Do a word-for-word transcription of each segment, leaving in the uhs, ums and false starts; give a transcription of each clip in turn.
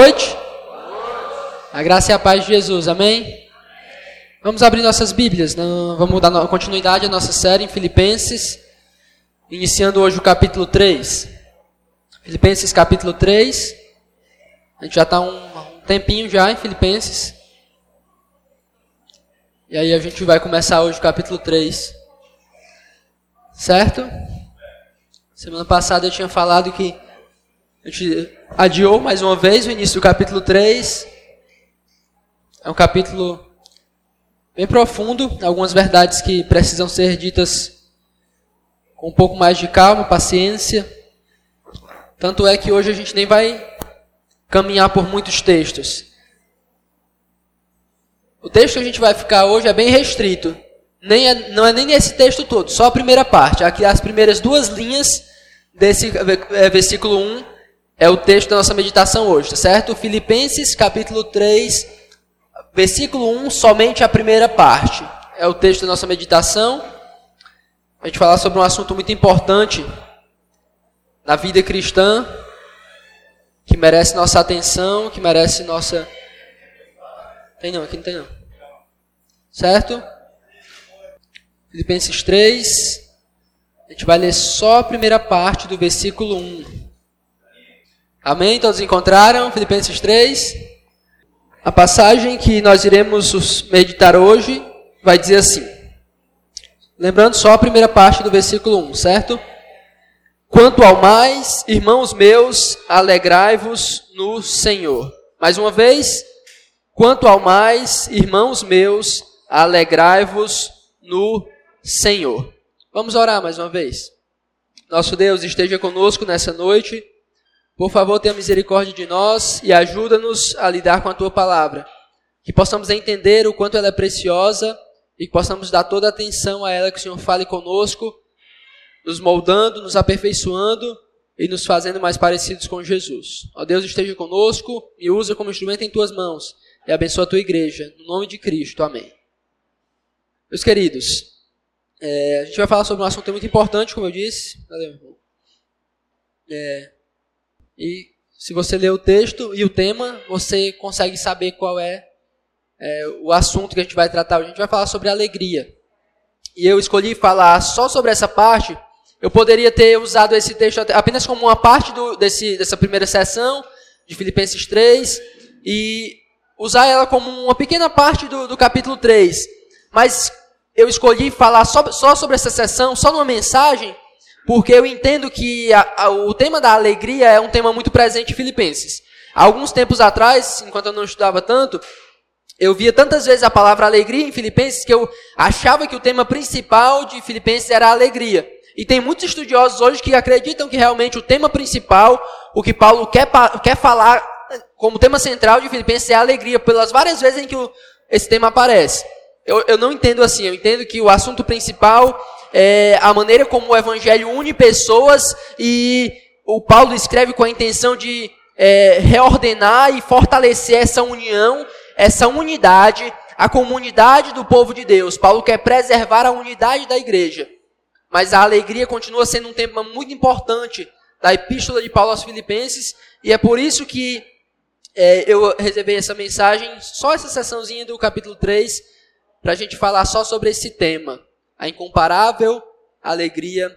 noite. A graça e a paz de Jesus, amém? Vamos abrir nossas Bíblias, vamos dar continuidade à nossa série em Filipenses, iniciando hoje o capítulo três. Filipenses capítulo três, a gente já está um, um tempinho já em Filipenses. E aí a gente vai começar hoje o capítulo três, certo? Semana passada eu tinha falado que a gente adiou mais uma vez o início do capítulo três. É um capítulo bem profundo, algumas verdades que precisam ser ditas com um pouco mais de calma, paciência. Tanto é que hoje a gente nem vai caminhar por muitos textos. O texto que a gente vai ficar hoje é bem restrito. Nem é, não é nem esse texto todo, só a primeira parte. Aqui as primeiras duas linhas desse é, versículo um é o texto da nossa meditação hoje, tá certo? Filipenses capítulo três, versículo um, somente a primeira parte. É o texto da nossa meditação. A gente falar sobre um assunto muito importante na vida cristã, que merece nossa atenção, que merece nossa... Tem não, aqui não tem não. Certo? Filipenses três, a gente vai ler só a primeira parte do versículo um. Amém? Todos encontraram? Filipenses três. A passagem que nós iremos meditar hoje vai dizer assim. Lembrando só a primeira parte do versículo um, certo? Quanto ao mais, irmãos meus, alegrai-vos no Senhor. Mais uma vez. Quanto ao mais, irmãos meus, alegrai-vos no Senhor. Vamos orar mais uma vez. Nosso Deus, esteja conosco nessa noite. Por favor, tenha misericórdia de nós e ajuda-nos a lidar com a Tua palavra. Que possamos entender o quanto ela é preciosa e que possamos dar toda a atenção a ela, que o Senhor fale conosco, nos moldando, nos aperfeiçoando e nos fazendo mais parecidos com Jesus. Ó Deus, esteja conosco e usa como instrumento em Tuas mãos. E abençoa a Tua igreja. No nome de Cristo. Amém. Meus queridos, é, a gente vai falar sobre um assunto muito importante, como eu disse. Valeu, irmão. É, e se você ler o texto e o tema, você consegue saber qual é, é o assunto que a gente vai tratar. A gente vai falar sobre alegria. E eu escolhi falar só sobre essa parte. Eu poderia ter usado esse texto apenas como uma parte do, desse, dessa primeira sessão de Filipenses três e usar ela como uma pequena parte do, do capítulo três. Mas eu escolhi falar só, só sobre essa sessão, só numa mensagem, porque eu entendo que a, a, o tema da alegria é um tema muito presente em Filipenses. Há alguns tempos atrás, enquanto eu não estudava tanto, eu via tantas vezes a palavra alegria em Filipenses que eu achava que o tema principal de Filipenses era a alegria. E tem muitos estudiosos hoje que acreditam que realmente o tema principal, o que Paulo quer, quer falar como tema central de Filipenses é a alegria, pelas várias vezes em que o, esse tema aparece. Eu, eu não entendo assim, eu entendo que o assunto principal é a maneira como o Evangelho une pessoas e o Paulo escreve com a intenção de é, reordenar e fortalecer essa união, essa unidade, a comunidade do povo de Deus. Paulo quer preservar a unidade da igreja. Mas a alegria continua sendo um tema muito importante da epístola de Paulo aos Filipenses, e é por isso que é, eu reservei essa mensagem, só essa sessãozinha do capítulo três, para a gente falar só sobre esse tema, a incomparável alegria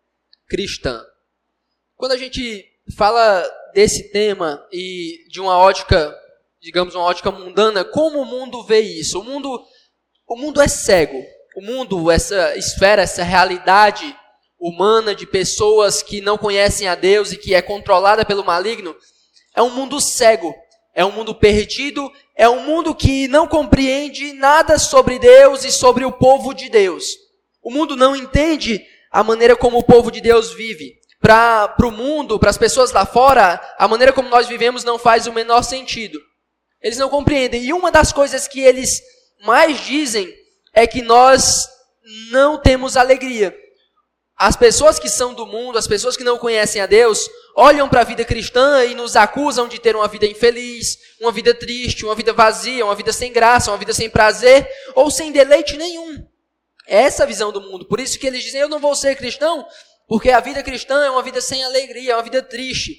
cristã. Quando a gente fala desse tema e de uma ótica, digamos uma ótica mundana, como o mundo vê isso? O mundo, o mundo é cego. O mundo, essa esfera, essa realidade humana de pessoas que não conhecem a Deus e que é controlada pelo maligno, é um mundo cego, é um mundo perdido, é um mundo que não compreende nada sobre Deus e sobre o povo de Deus. O mundo não entende a maneira como o povo de Deus vive. Para o mundo, para as pessoas lá fora, a maneira como nós vivemos não faz o menor sentido. Eles não compreendem. E uma das coisas que eles mais dizem é que nós não temos alegria. As pessoas que são do mundo, as pessoas que não conhecem a Deus, olham para a vida cristã e nos acusam de ter uma vida infeliz, uma vida triste, uma vida vazia, uma vida sem graça, uma vida sem prazer ou sem deleite nenhum. É essa a visão do mundo. Por isso que eles dizem, eu não vou ser cristão, porque a vida cristã é uma vida sem alegria, é uma vida triste.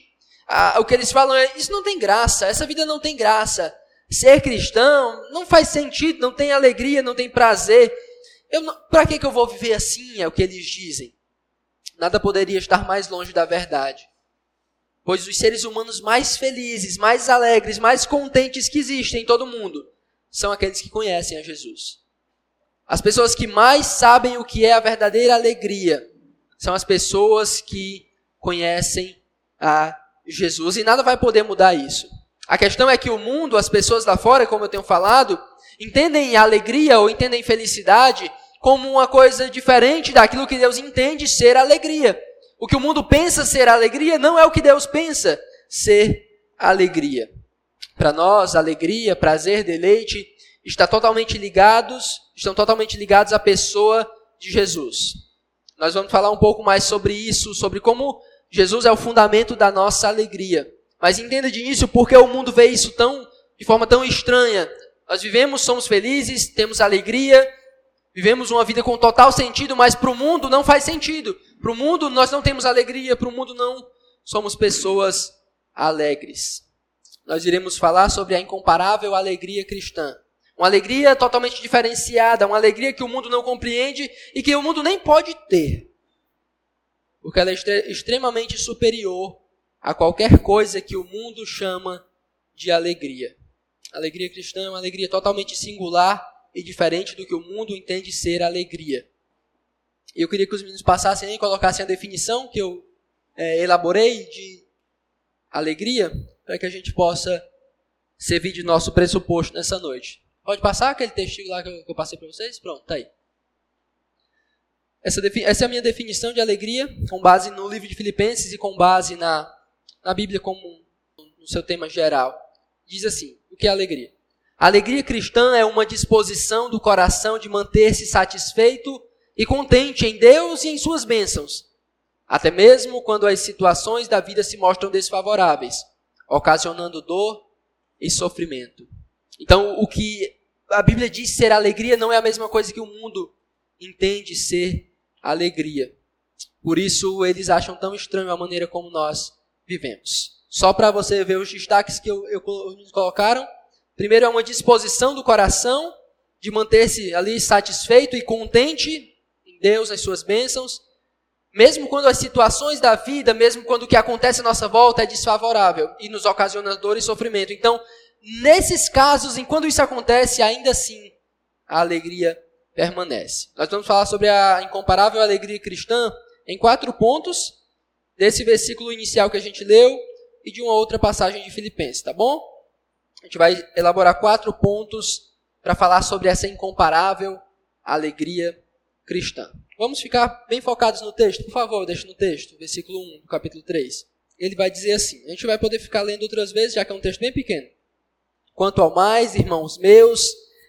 Ah, o que eles falam é, isso não tem graça, essa vida não tem graça. Ser cristão não faz sentido, não tem alegria, não tem prazer. Para que, que eu vou viver assim, é o que eles dizem. Nada poderia estar mais longe da verdade. Pois os seres humanos mais felizes, mais alegres, mais contentes que existem em todo mundo, são aqueles que conhecem a Jesus. As pessoas que mais sabem o que é a verdadeira alegria, são as pessoas que conhecem a Jesus. E nada vai poder mudar isso. A questão é que o mundo, as pessoas lá fora, como eu tenho falado, entendem alegria ou entendem felicidade como uma coisa diferente daquilo que Deus entende ser alegria. O que o mundo pensa ser alegria não é o que Deus pensa ser alegria. Para nós, alegria, prazer, deleite, está totalmente ligados, estão totalmente ligados à pessoa de Jesus. Nós vamos falar um pouco mais sobre isso, sobre como Jesus é o fundamento da nossa alegria. Mas entenda de início porque o mundo vê isso tão, de forma tão estranha. Nós vivemos, somos felizes, temos alegria, vivemos uma vida com total sentido, mas para o mundo não faz sentido. Para o mundo nós não temos alegria, para o mundo não somos pessoas alegres. Nós iremos falar sobre a incomparável alegria cristã. Uma alegria totalmente diferenciada, uma alegria que o mundo não compreende e que o mundo nem pode ter. Porque ela é extremamente superior a qualquer coisa que o mundo chama de alegria. A alegria cristã é uma alegria totalmente singular e diferente do que o mundo entende ser alegria. Eu queria que os meninos passassem aí e colocassem a definição que eu é, elaborei de alegria, para que a gente possa servir de nosso pressuposto nessa noite. Pode passar aquele textinho lá que eu, que eu passei para vocês? Pronto, tá aí. Essa, essa é a minha definição de alegria, com base no livro de Filipenses e com base na, na Bíblia como no seu tema geral. Diz assim, o que é alegria? A alegria cristã é uma disposição do coração de manter-se satisfeito e contente em Deus e em suas bênçãos, até mesmo quando as situações da vida se mostram desfavoráveis, ocasionando dor e sofrimento. Então, o que a Bíblia diz ser alegria não é a mesma coisa que o mundo entende ser alegria. Por isso, eles acham tão estranho a maneira como nós vivemos. Só para você ver os destaques que eu, eu, eu colocaram. Primeiro é uma disposição do coração de manter-se ali satisfeito e contente em Deus, nas suas bênçãos. Mesmo quando as situações da vida, mesmo quando o que acontece à nossa volta é desfavorável e nos ocasiona dor e sofrimento. Então, nesses casos, enquanto isso acontece, ainda assim, a alegria permanece. Nós vamos falar sobre a incomparável alegria cristã em quatro pontos, desse versículo inicial que a gente leu e de uma outra passagem de Filipenses, tá bom? A gente vai elaborar quatro pontos para falar sobre essa incomparável alegria cristã. Vamos ficar bem focados no texto, por favor, deixa no texto, versículo um do capítulo três. Ele vai dizer assim, a gente vai poder ficar lendo outras vezes, já que é um texto bem pequeno. Quanto ao mais, irmãos meus,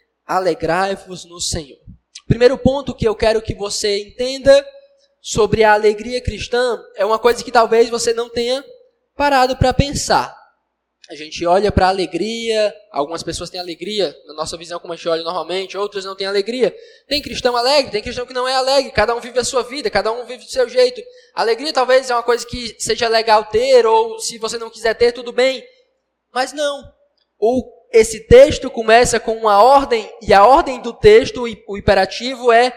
alegrai-vos no Senhor. O primeiro ponto que eu quero que você entenda sobre a alegria cristã é uma coisa que talvez você não tenha parado para pensar. A gente olha para a alegria, algumas pessoas têm alegria, na nossa visão como a gente olha normalmente, outras não têm alegria. Tem cristão alegre, tem cristão que não é alegre, cada um vive a sua vida, cada um vive do seu jeito. A alegria talvez é uma coisa que seja legal ter, ou se você não quiser ter, tudo bem. Mas não. O, esse texto começa com uma ordem, e a ordem do texto, o imperativo é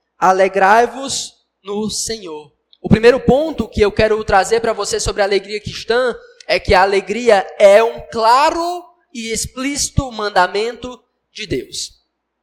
alegrai-vos no Senhor. O primeiro ponto que eu quero trazer para você sobre a alegria cristã é que a alegria é um claro e explícito mandamento de Deus.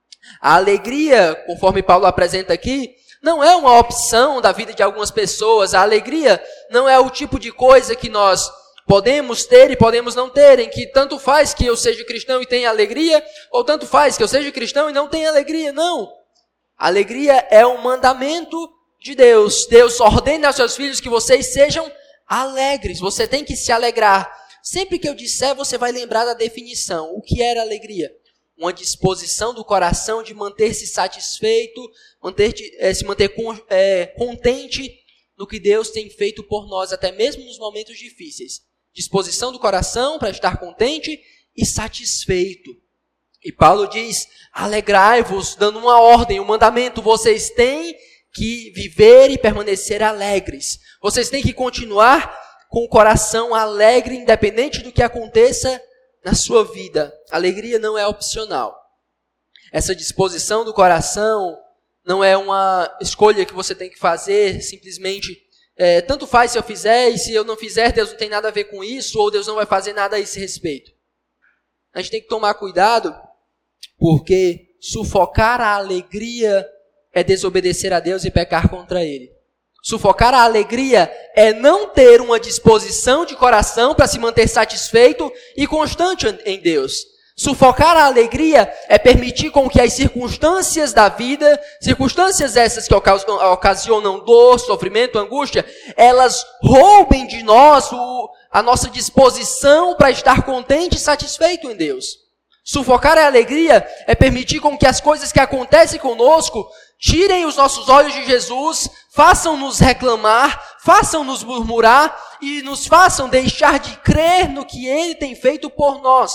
A alegria, conforme Paulo apresenta aqui, não é uma opção da vida de algumas pessoas. A alegria não é o tipo de coisa que nós podemos ter e podemos não ter, em que tanto faz que eu seja cristão e tenha alegria, ou tanto faz que eu seja cristão e não tenha alegria. Não. A alegria é um mandamento de Deus. Deus ordena aos seus filhos que vocês sejam alegres. Você tem que se alegrar. Sempre que eu disser, você vai lembrar da definição. O que era alegria? Uma disposição do coração de manter-se satisfeito, manter, é, se manter com, é, contente no que Deus tem feito por nós, até mesmo nos momentos difíceis. Disposição do coração para estar contente e satisfeito. E Paulo diz, alegrai-vos, dando uma ordem, um mandamento. Vocês têm que viver e permanecer alegres. Vocês têm que continuar com o coração alegre, independente do que aconteça na sua vida. Alegria não é opcional. Essa disposição do coração não é uma escolha que você tem que fazer, simplesmente, é, tanto faz se eu fizer, e se eu não fizer, Deus não tem nada a ver com isso, ou Deus não vai fazer nada a esse respeito. A gente tem que tomar cuidado, porque sufocar a alegria é desobedecer a Deus e pecar contra Ele. Sufocar a alegria é não ter uma disposição de coração para se manter satisfeito e constante em Deus. Sufocar a alegria é permitir com que as circunstâncias da vida, circunstâncias essas que ocasionam dor, sofrimento, angústia, elas roubem de nós o, a nossa disposição para estar contente e satisfeito em Deus. Sufocar a alegria é permitir com que as coisas que acontecem conosco tirem os nossos olhos de Jesus, façam-nos reclamar, façam-nos murmurar e nos façam deixar de crer no que Ele tem feito por nós.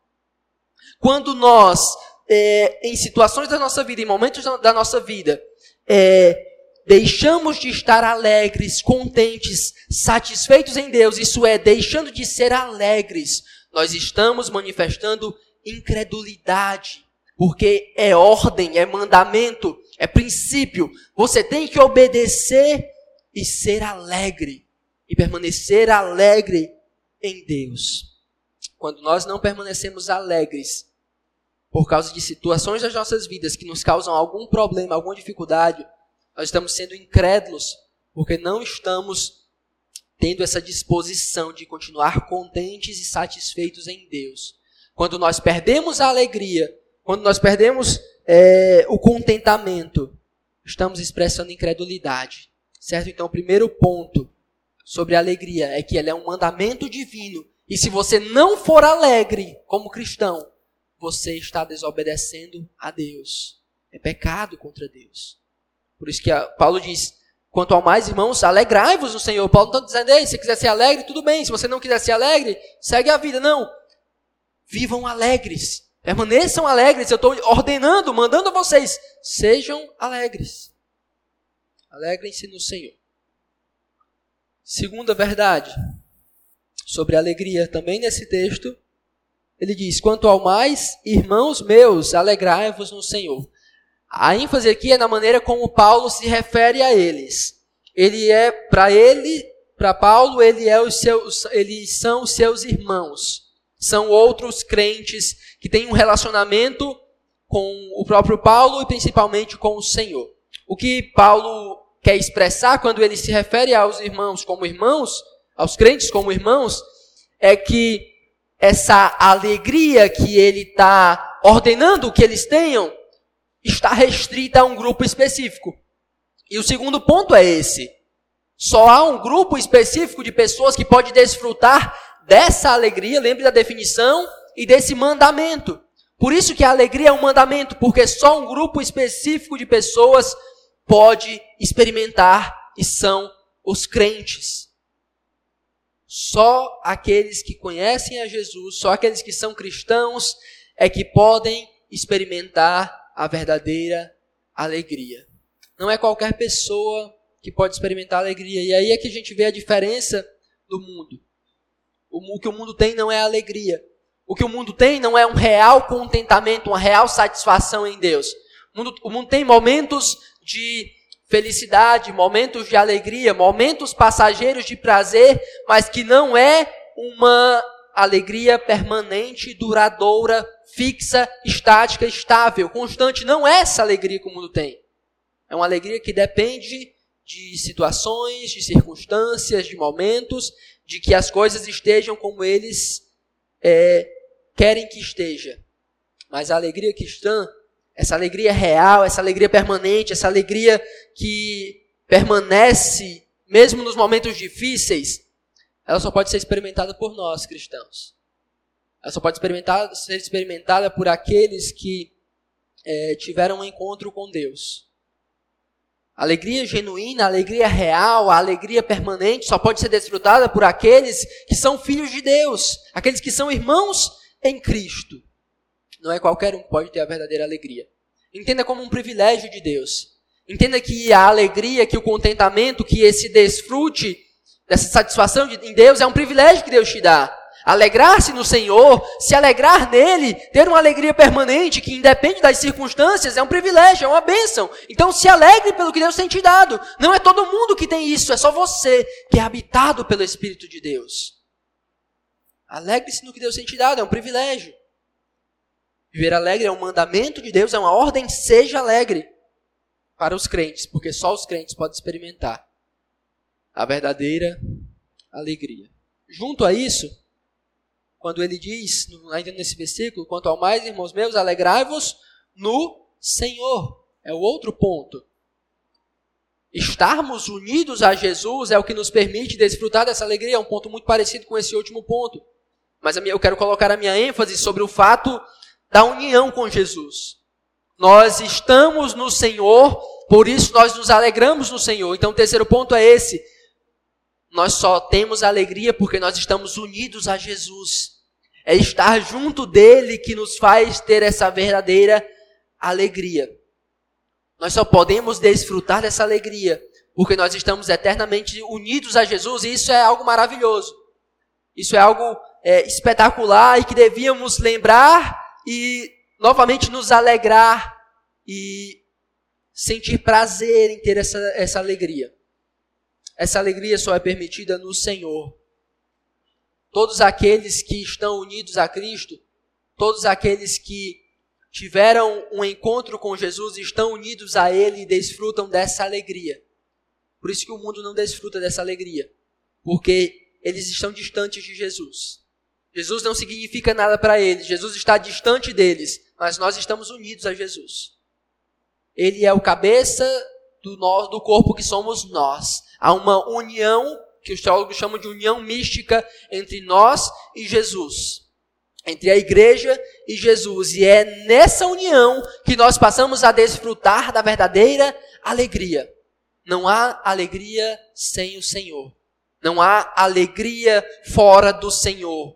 Quando nós, é, em situações da nossa vida, em momentos da nossa vida, é, deixamos de estar alegres, contentes, satisfeitos em Deus, isso é, deixando de ser alegres, nós estamos manifestando incredulidade, porque é ordem, é mandamento, é princípio. Você tem que obedecer e ser alegre, e permanecer alegre em Deus. Quando nós não permanecemos alegres, por causa de situações das nossas vidas que nos causam algum problema, alguma dificuldade, nós estamos sendo incrédulos, porque não estamos tendo essa disposição de continuar contentes e satisfeitos em Deus. Quando nós perdemos a alegria, quando nós perdemos é, o contentamento, estamos expressando incredulidade. Certo? Então, o primeiro ponto sobre a alegria é que ela é um mandamento divino. E se você não for alegre como cristão, você está desobedecendo a Deus. É pecado contra Deus. Por isso que a, Paulo diz, quanto ao mais, irmãos, alegrai-vos no Senhor. Paulo não está dizendo, ei, se você quiser ser alegre, tudo bem. Se você não quiser ser alegre, segue a vida. Não. Vivam alegres. Permaneçam alegres. Eu estou ordenando, mandando vocês. Sejam alegres. Alegrem-se no Senhor. Segunda verdade sobre a alegria, também nesse texto, ele diz, quanto ao mais, irmãos meus, alegrai-vos no Senhor. A ênfase aqui é na maneira como Paulo se refere a eles. Ele é, para ele, para Paulo, ele é os seus, eles são os seus irmãos. São outros crentes que têm um relacionamento com o próprio Paulo e principalmente com o Senhor. O que Paulo quer expressar quando ele se refere aos irmãos como irmãos, aos crentes como irmãos, é que essa alegria que ele está ordenando que eles tenham está restrita a um grupo específico. E o segundo ponto é esse. Só há um grupo específico de pessoas que pode desfrutar dessa alegria, lembre da definição, e desse mandamento. Por isso que a alegria é um mandamento, porque só um grupo específico de pessoas pode experimentar, e são os crentes. Só aqueles que conhecem a Jesus, só aqueles que são cristãos, é que podem experimentar a verdadeira alegria. Não é qualquer pessoa que pode experimentar alegria. E aí é que a gente vê a diferença do mundo. O que o mundo tem não é alegria. O que o mundo tem não é um real contentamento, uma real satisfação em Deus. O mundo, o mundo tem momentos de felicidade, momentos de alegria, momentos passageiros de prazer, mas que não é uma alegria permanente, duradoura, fixa, estática, estável, constante. Não é essa alegria que o mundo tem. É uma alegria que depende de situações, de circunstâncias, de momentos, de que as coisas estejam como eles é, querem que esteja. Mas a alegria cristã, essa alegria real, essa alegria permanente, essa alegria que permanece mesmo nos momentos difíceis, ela só pode ser experimentada por nós, cristãos. Ela só pode experimentar, ser experimentada por aqueles que é, tiveram um encontro com Deus. A alegria genuína, a alegria real, a alegria permanente só pode ser desfrutada por aqueles que são filhos de Deus, aqueles que são irmãos em Cristo. Não é qualquer um que pode ter a verdadeira alegria. Entenda como um privilégio de Deus. Entenda que a alegria, que o contentamento, que esse desfrute dessa satisfação em Deus, é um privilégio que Deus te dá. Alegrar-se no Senhor, se alegrar nele, ter uma alegria permanente que independe das circunstâncias, é um privilégio, é uma bênção. Então se alegre pelo que Deus tem te dado. Não é todo mundo que tem isso, é só você que é habitado pelo Espírito de Deus. Alegre-se no que Deus tem te dado, é um privilégio. Viver alegre é um mandamento de Deus, é uma ordem, seja alegre para os crentes, porque só os crentes podem experimentar a verdadeira alegria. Junto a isso, quando ele diz, ainda nesse versículo, quanto ao mais, irmãos meus, alegrai-vos no Senhor. É o outro ponto. Estarmos unidos a Jesus é o que nos permite desfrutar dessa alegria. É um ponto muito parecido com esse último ponto. Mas eu quero colocar a minha ênfase sobre o fato da união com Jesus. Nós estamos no Senhor, por isso nós nos alegramos no Senhor. Então o terceiro ponto é esse. Nós só temos alegria porque nós estamos unidos a Jesus. É estar junto dele que nos faz ter essa verdadeira alegria. Nós só podemos desfrutar dessa alegria porque nós estamos eternamente unidos a Jesus, e isso é algo maravilhoso. Isso é algo é, espetacular e que devíamos lembrar e novamente nos alegrar e sentir prazer em ter essa, essa alegria. Essa alegria só é permitida no Senhor. Todos aqueles que estão unidos a Cristo, todos aqueles que tiveram um encontro com Jesus, estão unidos a Ele e desfrutam dessa alegria. Por isso que o mundo não desfruta dessa alegria, porque eles estão distantes de Jesus. Jesus não significa nada para eles, Jesus está distante deles, mas nós estamos unidos a Jesus. Ele é o cabeça do, no, do corpo que somos nós. Há uma união, que os teólogos chamam de união mística, entre nós e Jesus. Entre a igreja e Jesus. E é nessa união que nós passamos a desfrutar da verdadeira alegria. Não há alegria sem o Senhor. Não há alegria fora do Senhor.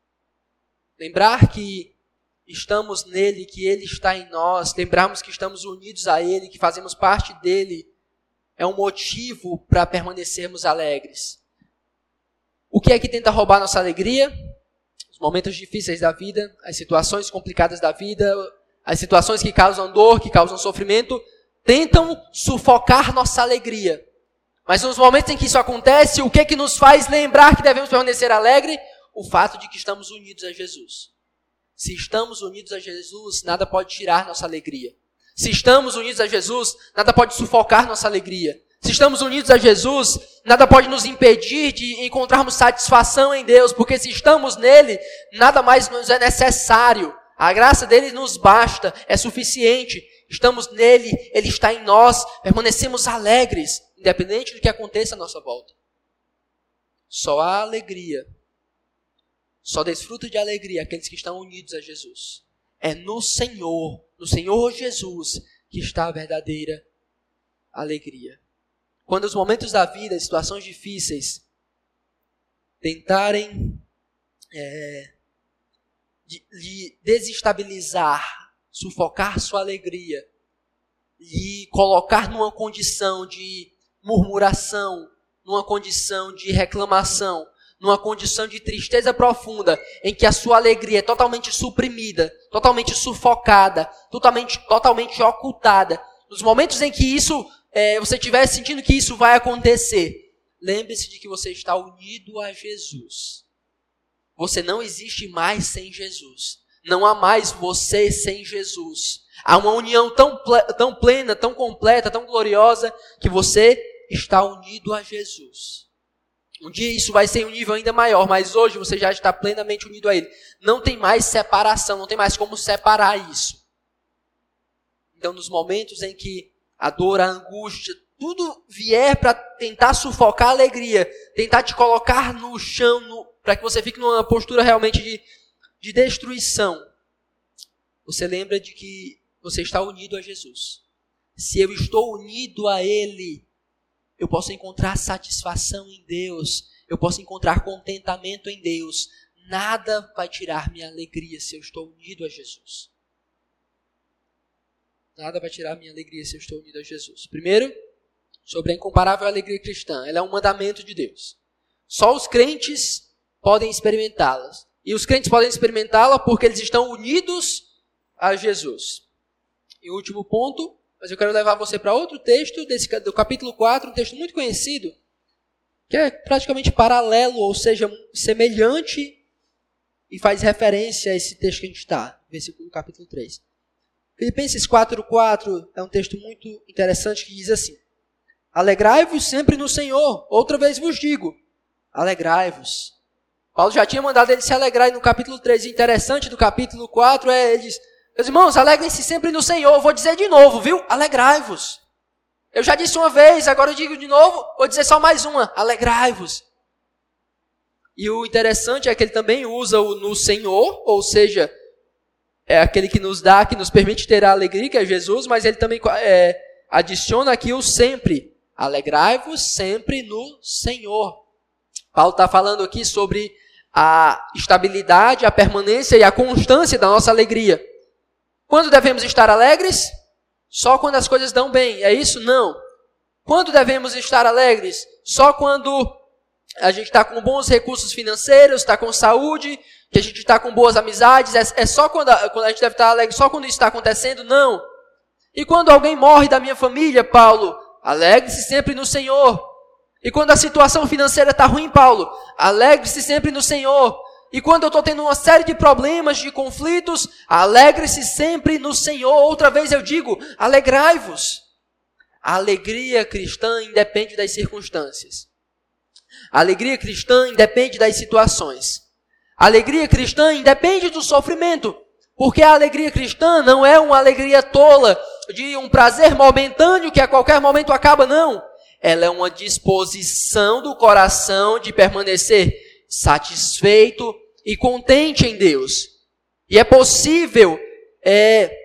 Lembrar que estamos nele, que ele está em nós, lembrarmos que estamos unidos a ele, que fazemos parte dele, é um motivo para permanecermos alegres. O que é que tenta roubar nossa alegria? Os momentos difíceis da vida, as situações complicadas da vida, as situações que causam dor, que causam sofrimento, tentam sufocar nossa alegria. Mas nos momentos em que isso acontece, o que é que nos faz lembrar que devemos permanecer alegre? O fato de que estamos unidos a Jesus. Se estamos unidos a Jesus, nada pode tirar nossa alegria. Se estamos unidos a Jesus, nada pode sufocar nossa alegria. Se estamos unidos a Jesus, nada pode nos impedir de encontrarmos satisfação em Deus, porque se estamos nele, nada mais nos é necessário. A graça dele nos basta, é suficiente. Estamos nele, ele está em nós, permanecemos alegres, independente do que aconteça à nossa volta. Só há alegria, só desfruta de alegria aqueles que estão unidos a Jesus. É no Senhor, no Senhor Jesus, que está a verdadeira alegria. Quando os momentos da vida, as situações difíceis, tentarem é, de, de desestabilizar, sufocar sua alegria, e colocar numa condição de murmuração, numa condição de reclamação, numa condição de tristeza profunda, em que a sua alegria é totalmente suprimida, totalmente sufocada, totalmente, totalmente ocultada. Nos momentos em que isso, é, você estiver sentindo que isso vai acontecer, lembre-se de que você está unido a Jesus. Você não existe mais sem Jesus. Não há mais você sem Jesus. Há uma união tão, tão plena, tão completa, tão gloriosa, que você está unido a Jesus. Um dia isso vai ser um nível ainda maior, mas hoje você já está plenamente unido a Ele. Não tem mais separação, não tem mais como separar isso. Então, nos momentos em que a dor, a angústia, tudo vier para tentar sufocar a alegria, tentar te colocar no chão, para que você fique numa postura realmente de, de destruição, você lembra de que você está unido a Jesus. Se eu estou unido a Ele, eu posso encontrar satisfação em Deus, eu posso encontrar contentamento em Deus. Nada vai tirar minha alegria se eu estou unido a Jesus. Nada vai tirar minha alegria se eu estou unido a Jesus. Primeiro, sobre a incomparável alegria cristã. Ela é um mandamento de Deus. Só os crentes podem experimentá-las. E os crentes podem experimentá-la porque eles estão unidos a Jesus. E o último ponto, mas eu quero levar você para outro texto, desse, do capítulo quatro, um texto muito conhecido, que é praticamente paralelo, ou seja, semelhante, e faz referência a esse texto que a gente está, versículo capítulo três. Filipenses quatro, quatro é um texto muito interessante que diz assim: alegrai-vos sempre no Senhor, outra vez vos digo, alegrai-vos. Paulo já tinha mandado ele se alegrar no capítulo três, e interessante do capítulo quatro é, ele diz, meus irmãos, alegrem-se sempre no Senhor, vou dizer de novo, viu? Alegrai-vos. Eu já disse uma vez, agora eu digo de novo, vou dizer só mais uma, alegrai-vos. E o interessante é que ele também usa o no Senhor, ou seja, é aquele que nos dá, que nos permite ter a alegria, que é Jesus, mas ele também é, adiciona aqui o sempre. Alegrai-vos sempre no Senhor. Paulo está falando aqui sobre a estabilidade, a permanência e a constância da nossa alegria. Quando devemos estar alegres? Só quando as coisas dão bem, é isso? Não. Quando devemos estar alegres? Só quando a gente está com bons recursos financeiros, está com saúde, que a gente está com boas amizades. É, é só quando a, quando a gente deve estar alegre, só quando isso está acontecendo? Não. E quando alguém morre da minha família, Paulo, alegre-se sempre no Senhor. E quando a situação financeira está ruim, Paulo, alegre-se sempre no Senhor. E quando eu estou tendo uma série de problemas, de conflitos, alegre-se sempre no Senhor. Outra vez eu digo, alegrai-vos. A alegria cristã independe das circunstâncias. A alegria cristã independe das situações. A alegria cristã independe do sofrimento. Porque a alegria cristã não é uma alegria tola, de um prazer momentâneo que a qualquer momento acaba, não. Ela é uma disposição do coração de permanecer satisfeito e contente em Deus. E é possível é,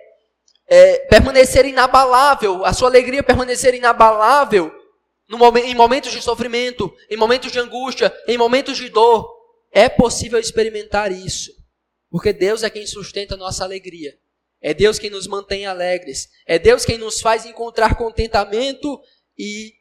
é, permanecer inabalável, a sua alegria permanecer inabalável no momen- em momentos de sofrimento, em momentos de angústia, em momentos de dor. É possível experimentar isso, porque Deus é quem sustenta a nossa alegria. É Deus quem nos mantém alegres. É Deus quem nos faz encontrar contentamento e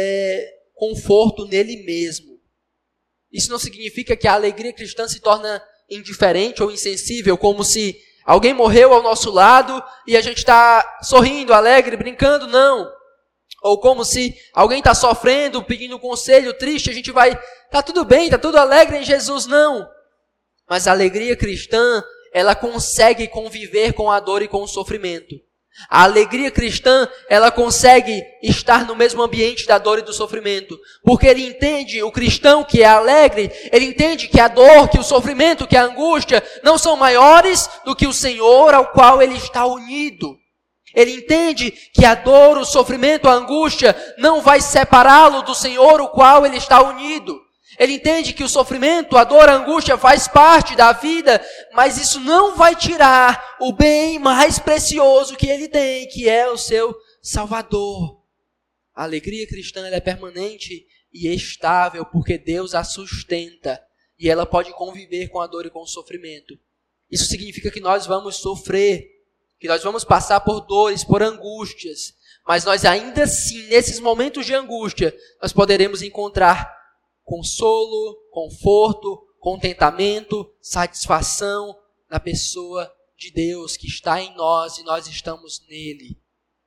é, conforto nele mesmo. Isso não significa que a alegria cristã se torna indiferente ou insensível, como se alguém morreu ao nosso lado e a gente está sorrindo, alegre, brincando, não. Ou como se alguém está sofrendo, pedindo conselho, triste, a gente vai, está tudo bem, está tudo alegre em Jesus, não. Mas a alegria cristã, ela consegue conviver com a dor e com o sofrimento. A alegria cristã, ela consegue estar no mesmo ambiente da dor e do sofrimento. Porque ele entende, o cristão que é alegre, ele entende que a dor, que o sofrimento, que a angústia não são maiores do que o Senhor ao qual ele está unido. Ele entende que a dor, o sofrimento, a angústia não vai separá-lo do Senhor ao qual ele está unido. Ele entende que o sofrimento, a dor, a angústia faz parte da vida, mas isso não vai tirar o bem mais precioso que ele tem, que é o seu Salvador. A alegria cristã ela é permanente e estável, porque Deus a sustenta e ela pode conviver com a dor e com o sofrimento. Isso significa que nós vamos sofrer, que nós vamos passar por dores, por angústias, mas nós ainda assim, nesses momentos de angústia, nós poderemos encontrar consolo, conforto, contentamento, satisfação na pessoa de Deus que está em nós e nós estamos nele.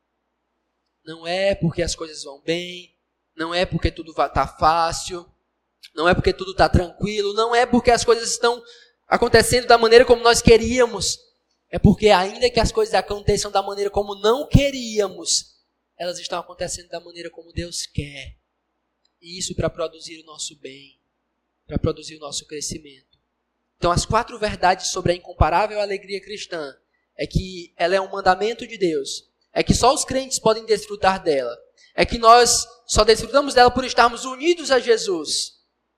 Não é porque as coisas vão bem, não é porque tudo está fácil, não é porque tudo está tranquilo, não é porque as coisas estão acontecendo da maneira como nós queríamos. É porque ainda que as coisas aconteçam da maneira como não queríamos, elas estão acontecendo da maneira como Deus quer. E isso para produzir o nosso bem, para produzir o nosso crescimento. Então, as quatro verdades sobre a incomparável alegria cristã é que ela é um mandamento de Deus, é que só os crentes podem desfrutar dela, é que nós só desfrutamos dela por estarmos unidos a Jesus.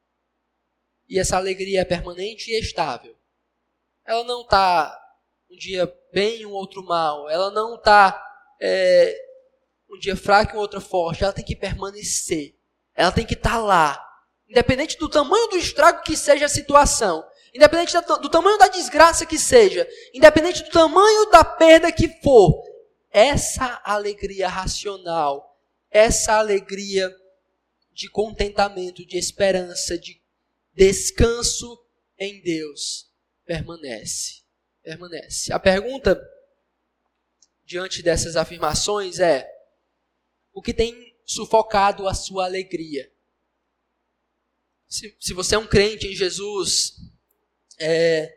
E essa alegria é permanente e estável. Ela não está um dia bem e um outro mal, ela não está é, um dia fraco e um outro forte, ela tem que permanecer. Ela tem que estar lá, independente do tamanho do estrago que seja a situação, independente do tamanho da desgraça que seja, independente do tamanho da perda que for, essa alegria racional, essa alegria de contentamento, de esperança, de descanso em Deus permanece. Permanece. A pergunta diante dessas afirmações é: o que tem sufocado a sua alegria? Se, se você é um crente em Jesus, é,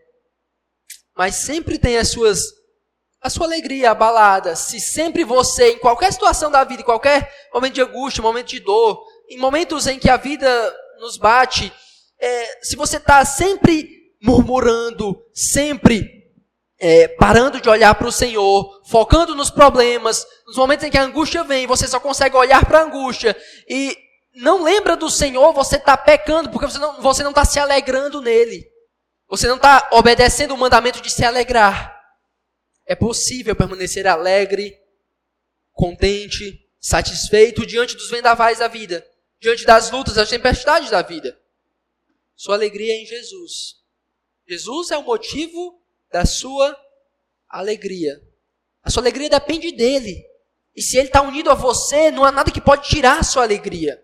mas sempre tem as suas, a sua alegria abalada, se sempre você, em qualquer situação da vida, em qualquer momento de angústia, momento de dor, em momentos em que a vida nos bate, é, se você está sempre murmurando, sempre É, parando de olhar para o Senhor, focando nos problemas, nos momentos em que a angústia vem, você só consegue olhar para a angústia e não lembra do Senhor, você está pecando, porque você não você não está se alegrando nele. Você não está obedecendo o mandamento de se alegrar. É possível permanecer alegre, contente, satisfeito diante dos vendavais da vida, diante das lutas, das tempestades da vida. Sua alegria é em Jesus. Jesus é o motivo da sua alegria. A sua alegria depende dele. E se ele está unido a você, não há nada que pode tirar a sua alegria.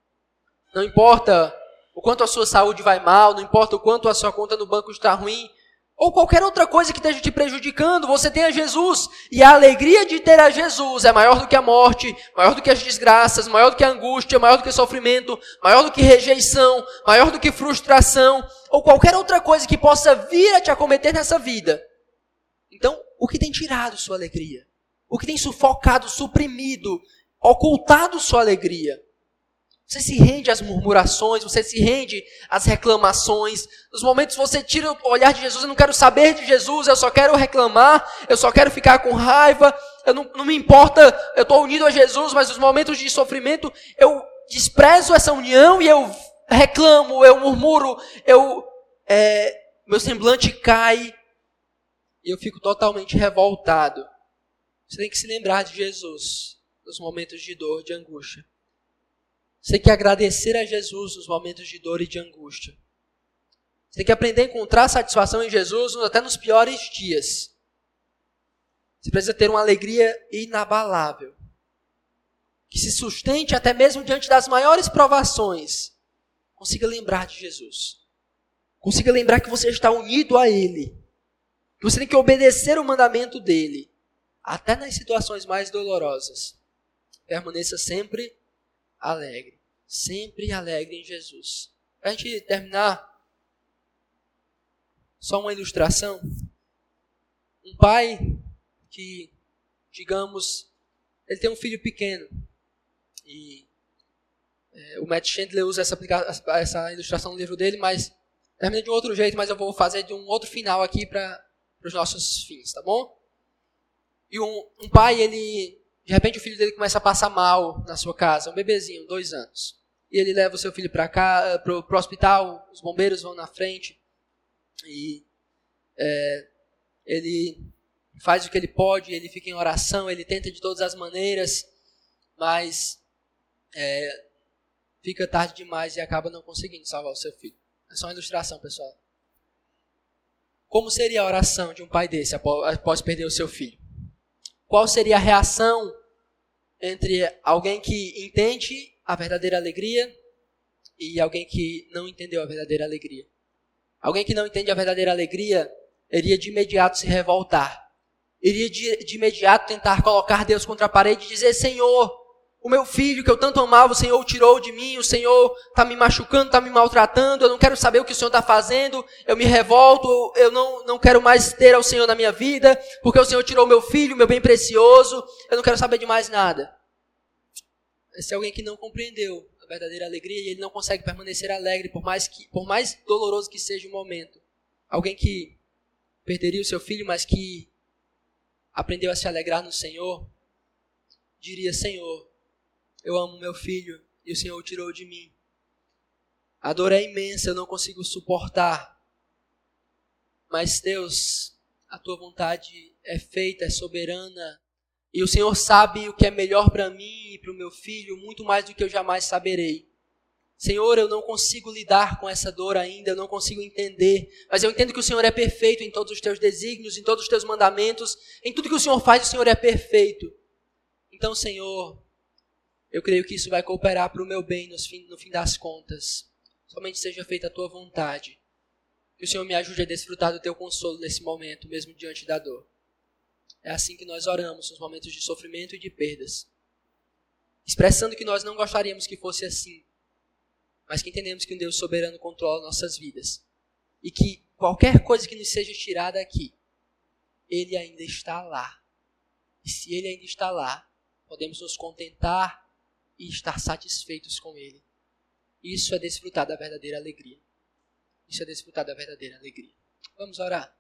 Não importa o quanto a sua saúde vai mal, não importa o quanto a sua conta no banco está ruim, ou qualquer outra coisa que esteja te prejudicando, você tem a Jesus. E a alegria de ter a Jesus é maior do que a morte, maior do que as desgraças, maior do que a angústia, maior do que o sofrimento, maior do que rejeição, maior do que frustração, ou qualquer outra coisa que possa vir a te acometer nessa vida. Então, o que tem tirado sua alegria? O que tem sufocado, suprimido, ocultado sua alegria? Você se rende às murmurações, você se rende às reclamações. Nos momentos que você tira o olhar de Jesus, eu não quero saber de Jesus, eu só quero reclamar, eu só quero ficar com raiva, eu não, não me importa, eu estou unido a Jesus, mas nos momentos de sofrimento eu desprezo essa união e eu reclamo, eu murmuro, eu, é, meu semblante cai e eu fico totalmente revoltado. Você tem que se lembrar de Jesus nos momentos de dor, de angústia. Você tem que agradecer a Jesus nos momentos de dor e de angústia. Você tem que aprender a encontrar satisfação em Jesus até nos piores dias. Você precisa ter uma alegria inabalável, que se sustente até mesmo diante das maiores provações. Consiga lembrar de Jesus. Consiga lembrar que você está unido a Ele. Que você tem que obedecer o mandamento dEle, até nas situações mais dolorosas. Permaneça sempre alegre, sempre alegre em Jesus. Para a gente terminar, só uma ilustração. Um pai que, digamos, ele tem um filho pequeno. E é, o Matt Chandler usa essa, essa ilustração no livro dele, mas termina de um outro jeito, mas eu vou fazer de um outro final aqui para os nossos fins, tá bom? E um, um pai, ele... De repente o filho dele começa a passar mal na sua casa, um bebezinho, dois anos. E ele leva o seu filho para cá, para o hospital, os bombeiros vão na frente. E é, ele faz o que ele pode, ele fica em oração, ele tenta de todas as maneiras, mas é, fica tarde demais e acaba não conseguindo salvar o seu filho. É só uma ilustração, pessoal. Como seria a oração de um pai desse após perder o seu filho? Qual seria a reação entre alguém que entende a verdadeira alegria e alguém que não entendeu a verdadeira alegria? Alguém que não entende a verdadeira alegria iria de imediato se revoltar. Iria de, de imediato tentar colocar Deus contra a parede e dizer: Senhor, o meu filho que eu tanto amava, o Senhor o tirou de mim, o Senhor está me machucando, está me maltratando, eu não quero saber o que o Senhor está fazendo, eu me revolto, eu não, não quero mais ter ao Senhor na minha vida, porque o Senhor tirou meu filho, meu bem precioso, eu não quero saber de mais nada. Esse é alguém que não compreendeu a verdadeira alegria e ele não consegue permanecer alegre, por mais, que, por mais doloroso que seja o momento. Alguém que perderia o seu filho, mas que aprendeu a se alegrar no Senhor, diria: Senhor, eu amo meu filho e o Senhor o tirou de mim. A dor é imensa, eu não consigo suportar. Mas Deus, a tua vontade é feita, é soberana. E o Senhor sabe o que é melhor para mim e para o meu filho, muito mais do que eu jamais saberei. Senhor, eu não consigo lidar com essa dor ainda, eu não consigo entender. Mas eu entendo que o Senhor é perfeito em todos os teus desígnios, em todos os teus mandamentos. Em tudo que o Senhor faz, o Senhor é perfeito. Então, Senhor, eu creio que isso vai cooperar para o meu bem no fim, no fim das contas. Somente seja feita a tua vontade. Que o Senhor me ajude a desfrutar do teu consolo nesse momento, mesmo diante da dor. É assim que nós oramos nos momentos de sofrimento e de perdas. Expressando que nós não gostaríamos que fosse assim, mas que entendemos que um Deus soberano controla nossas vidas. E que qualquer coisa que nos seja tirada aqui, Ele ainda está lá. E se Ele ainda está lá, podemos nos contentar e estar satisfeitos com Ele. Isso é desfrutar da verdadeira alegria. Isso é desfrutar da verdadeira alegria. Vamos orar.